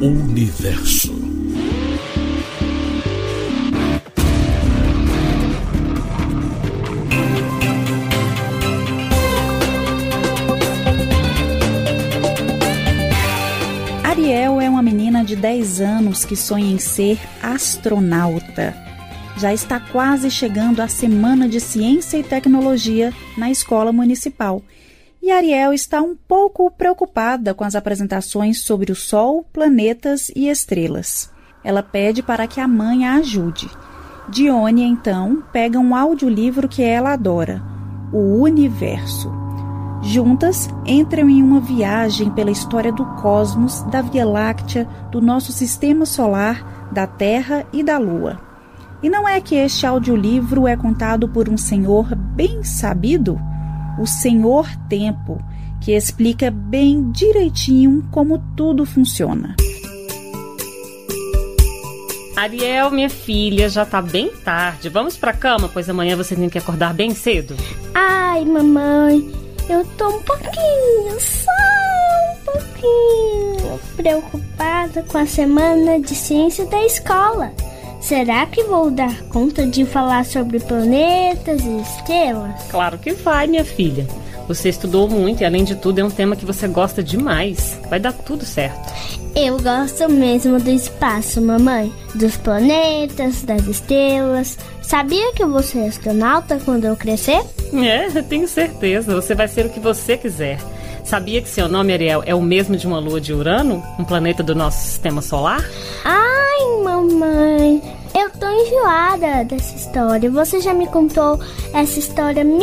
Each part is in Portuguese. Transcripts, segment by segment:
Universo. Ariel é uma menina de 10 anos que sonha em ser astronauta. Já está quase chegando a Semana de Ciência e Tecnologia na escola municipal. E Ariel está um pouco preocupada com as apresentações sobre o Sol, planetas e estrelas. Ela pede para que a mãe a ajude. Dione, então, pega um audiolivro que ela adora, O Universo. Juntas, entram em uma viagem pela história do cosmos, da Via Láctea, do nosso sistema solar, da Terra e da Lua. E não é que este audiolivro é contado por um senhor bem sabido? O Senhor Tempo, que explica bem direitinho como tudo funciona. Ariel, minha filha, já tá bem tarde. Vamos pra cama, pois amanhã você tem que acordar bem cedo. Ai, mamãe, eu tô um pouquinho, só um pouquinho preocupada com a semana de ciência da escola. Será que vou dar conta de falar sobre planetas e estrelas? Claro que vai, minha filha. Você estudou muito e, além de tudo, é um tema que você gosta demais. Vai dar tudo certo. Eu gosto mesmo do espaço, mamãe. Dos planetas, das estrelas. Sabia que eu vou ser astronauta quando eu crescer? É, tenho certeza. Você vai ser o que você quiser. Sabia que seu nome, Ariel, é o mesmo de uma lua de Urano? Um planeta do nosso sistema solar? Ai, mamãe, eu tô enjoada dessa história. Você já me contou essa história 1000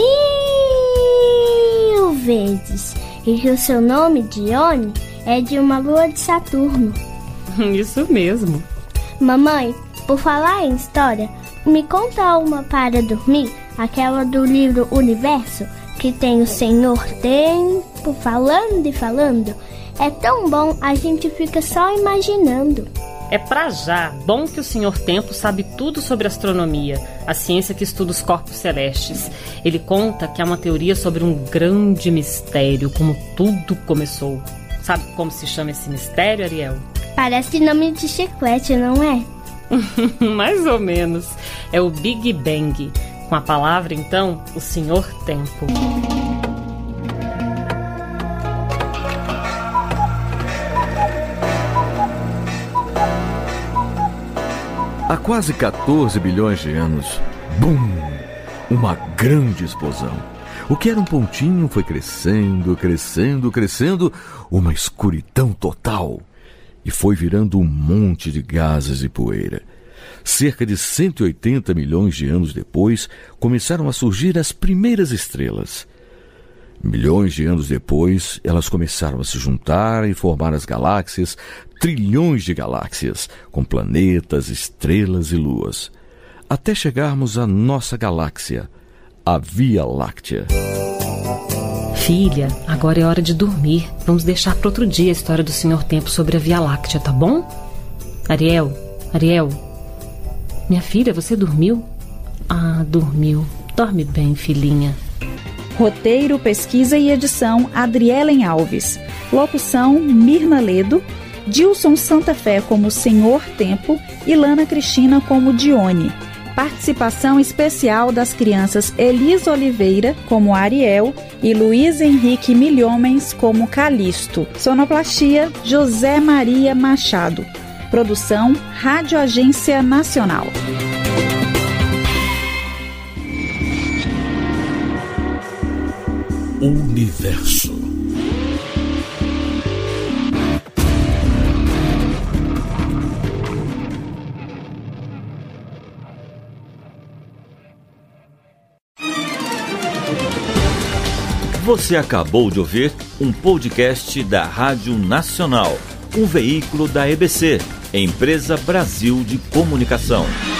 vezes. E que o seu nome, Dione, é de uma lua de Saturno. Isso mesmo. Mamãe, por falar em história, me conta uma para dormir, aquela do livro Universo, que tem o Senhor Tempo falando e falando. É tão bom, a gente fica só imaginando. É pra já. Bom que o Senhor Tempo sabe tudo sobre astronomia, a ciência que estuda os corpos celestes. Ele conta que há uma teoria sobre um grande mistério, como tudo começou. Sabe como se chama esse mistério, Ariel? Parece nome de chiclete, não é? Mais ou menos. É o Big Bang. Com a palavra, então, o Senhor Tempo. Há quase 14 bilhões de anos, bum! Uma grande explosão. O que era um pontinho foi crescendo, crescendo, crescendo, uma escuridão total. E foi virando um monte de gases e poeira. Cerca de 180 milhões de anos depois, começaram a surgir as primeiras estrelas. Milhões de anos depois, elas começaram a se juntar e formar as galáxias, trilhões de galáxias, com planetas, estrelas e luas, até chegarmos à nossa galáxia, a Via Láctea. Filha, agora é hora de dormir. Vamos deixar para outro dia a história do Senhor Tempo sobre a Via Láctea, tá bom? Ariel, minha filha, você dormiu? Ah, dormiu. Dorme bem, filhinha. Roteiro, pesquisa e edição, Adrielen Alves. Locução, Mirna Ledo. Dilson Santa Fé como Senhor Tempo e Lana Cristina como Dione. Participação especial das crianças Elisa Oliveira como Ariel e Luiz Henrique Milhomens como Calisto. Sonoplastia, José Maria Machado. Produção, Rádio Agência Nacional. Universo. Você acabou de ouvir um podcast da Rádio Nacional, um veículo da EBC, Empresa Brasil de Comunicação.